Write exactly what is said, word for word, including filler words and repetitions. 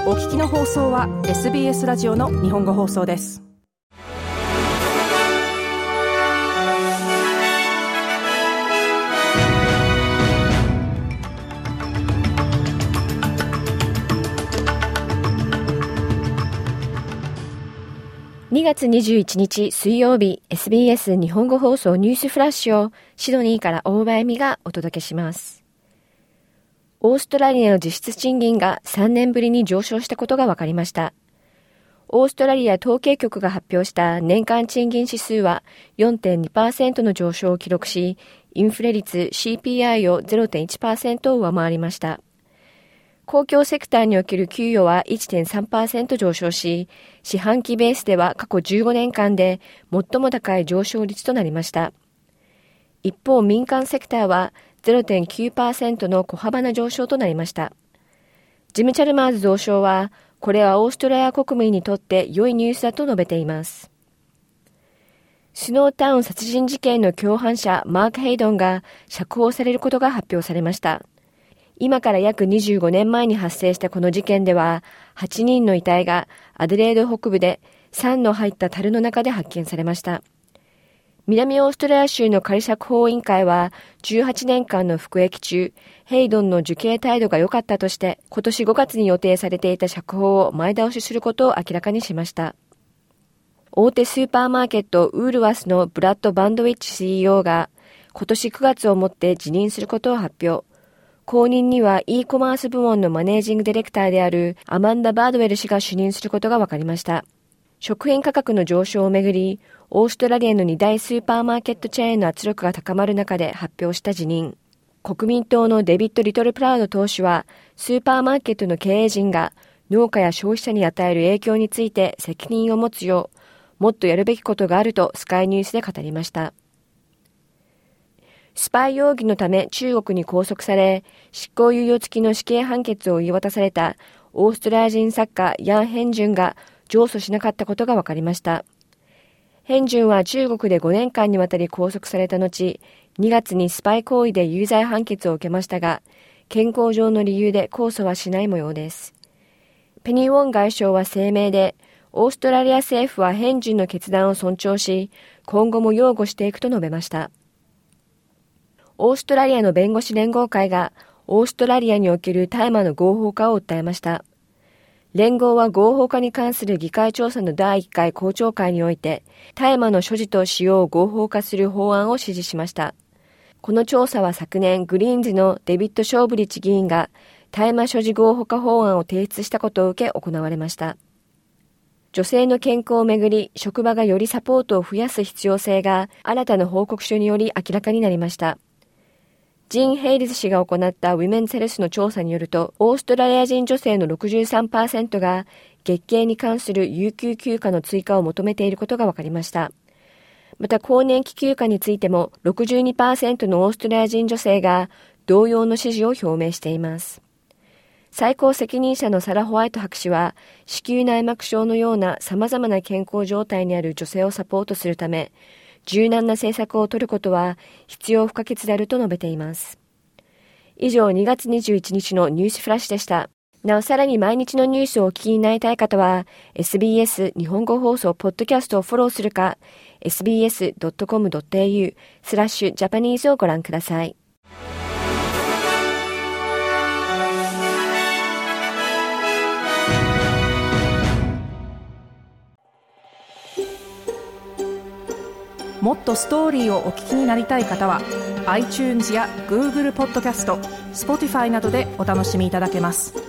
お聞きの放送は エスビーエス ラジオの日本語放送です。 にがつにじゅういちにち水曜日、 エスビーエス 日本語放送ニュースフラッシュをシドニーから大場恵美がお届けします。オーストラリアの実質賃金がさんねんぶりに上昇したことが分かりました。オーストラリア統計局が発表した年間賃金指数は よんてんにパーセント の上昇を記録し、インフレ率 シーピーアイ を ゼロてんいちパーセント を上回りました。公共セクターにおける給与は いってんさんパーセント 上昇し、四半期ベースでは過去じゅうごねんかんで最も高い上昇率となりました。一方、民間セクターは ゼロてんきゅうパーセント の小幅な上昇となりました。ジム・チャルマーズ蔵相は、これはオーストラリア国民にとって良いニュースだと述べています。スノータウン殺人事件の共犯者マーク・ヘイドンが釈放されることが発表されました。今から約にじゅうごねんまえに発生したこの事件では、はちにんの遺体がアデレード北部で酸の入った樽の中で発見されました。南オーストラリア州の仮釈放委員会は、じゅうはちねんかんの服役中、ヘイドンの受刑態度が良かったとして、今年ごがつに予定されていた釈放を前倒しすることを明らかにしました。大手スーパーマーケットウールワスのブラッド・バンドウィッチ シーイーオー が、今年くがつをもって辞任することを発表。後任には e コマース部門のマネージングディレクターであるアマンダ・バードウェル氏が就任することが分かりました。食品価格の上昇をめぐり、オーストラリアのに大スーパーマーケットチェーンの圧力が高まる中で発表した辞任。国民党のデビッド・リトル・プラウド党首は、スーパーマーケットの経営陣が農家や消費者に与える影響について責任を持つよう、もっとやるべきことがあるとスカイニュースで語りました。スパイ容疑のため中国に拘束され、執行猶予付きの死刑判決を言い渡されたオーストラリア人作家ヤン・ヘンジュンが上訴しなかったことが分かりました。ヘンジュンは中国でごねんかんにわたり拘束された後、にがつにスパイ行為で有罪判決を受けましたが、健康上の理由で控訴はしない模様です。ペニー・ウォン外相は声明で、オーストラリア政府はヘンジュンの決断を尊重し、今後も擁護していくと述べました。オーストラリアの弁護士連合会がオーストラリアにおける大麻の合法化を訴えました。連合は合法化に関する議会調査のだいいっかい公聴会において、大麻の所持と使用を合法化する法案を支持しました。この調査は昨年、グリーンズのデビッド・ショーブリッジ議員が大麻所持合法化法案を提出したことを受け行われました。女性の健康をめぐり、職場がよりサポートを増やす必要性が新たな報告書により明らかになりました。ジン・ヘイリズ氏が行ったウィメンズヘルスの調査によると、オーストラリア人女性の ろくじゅうさんパーセント が月経に関する有給休暇の追加を求めていることが分かりました。また更年期休暇についても ろくじゅうにパーセント のオーストラリア人女性が同様の支持を表明しています。最高責任者のサラ・ホワイト博士は、子宮内膜症のような様々な健康状態にある女性をサポートするため、柔軟な政策を取ることは必要不可欠であると述べています。以上、にがつにじゅういちにちのニュースフラッシュでした。なお、さらに毎日のニュースをお聞きになりたい方は、エスビーエス 日本語放送ポッドキャストをフォローするか、エスビーエスドットコムドットエーユー スラッシュジャパニーズをご覧ください。 もっとストーリーをお聞きになりたい方は iTunes や Google ポッドキャスト、Spotify などでお楽しみいただけます。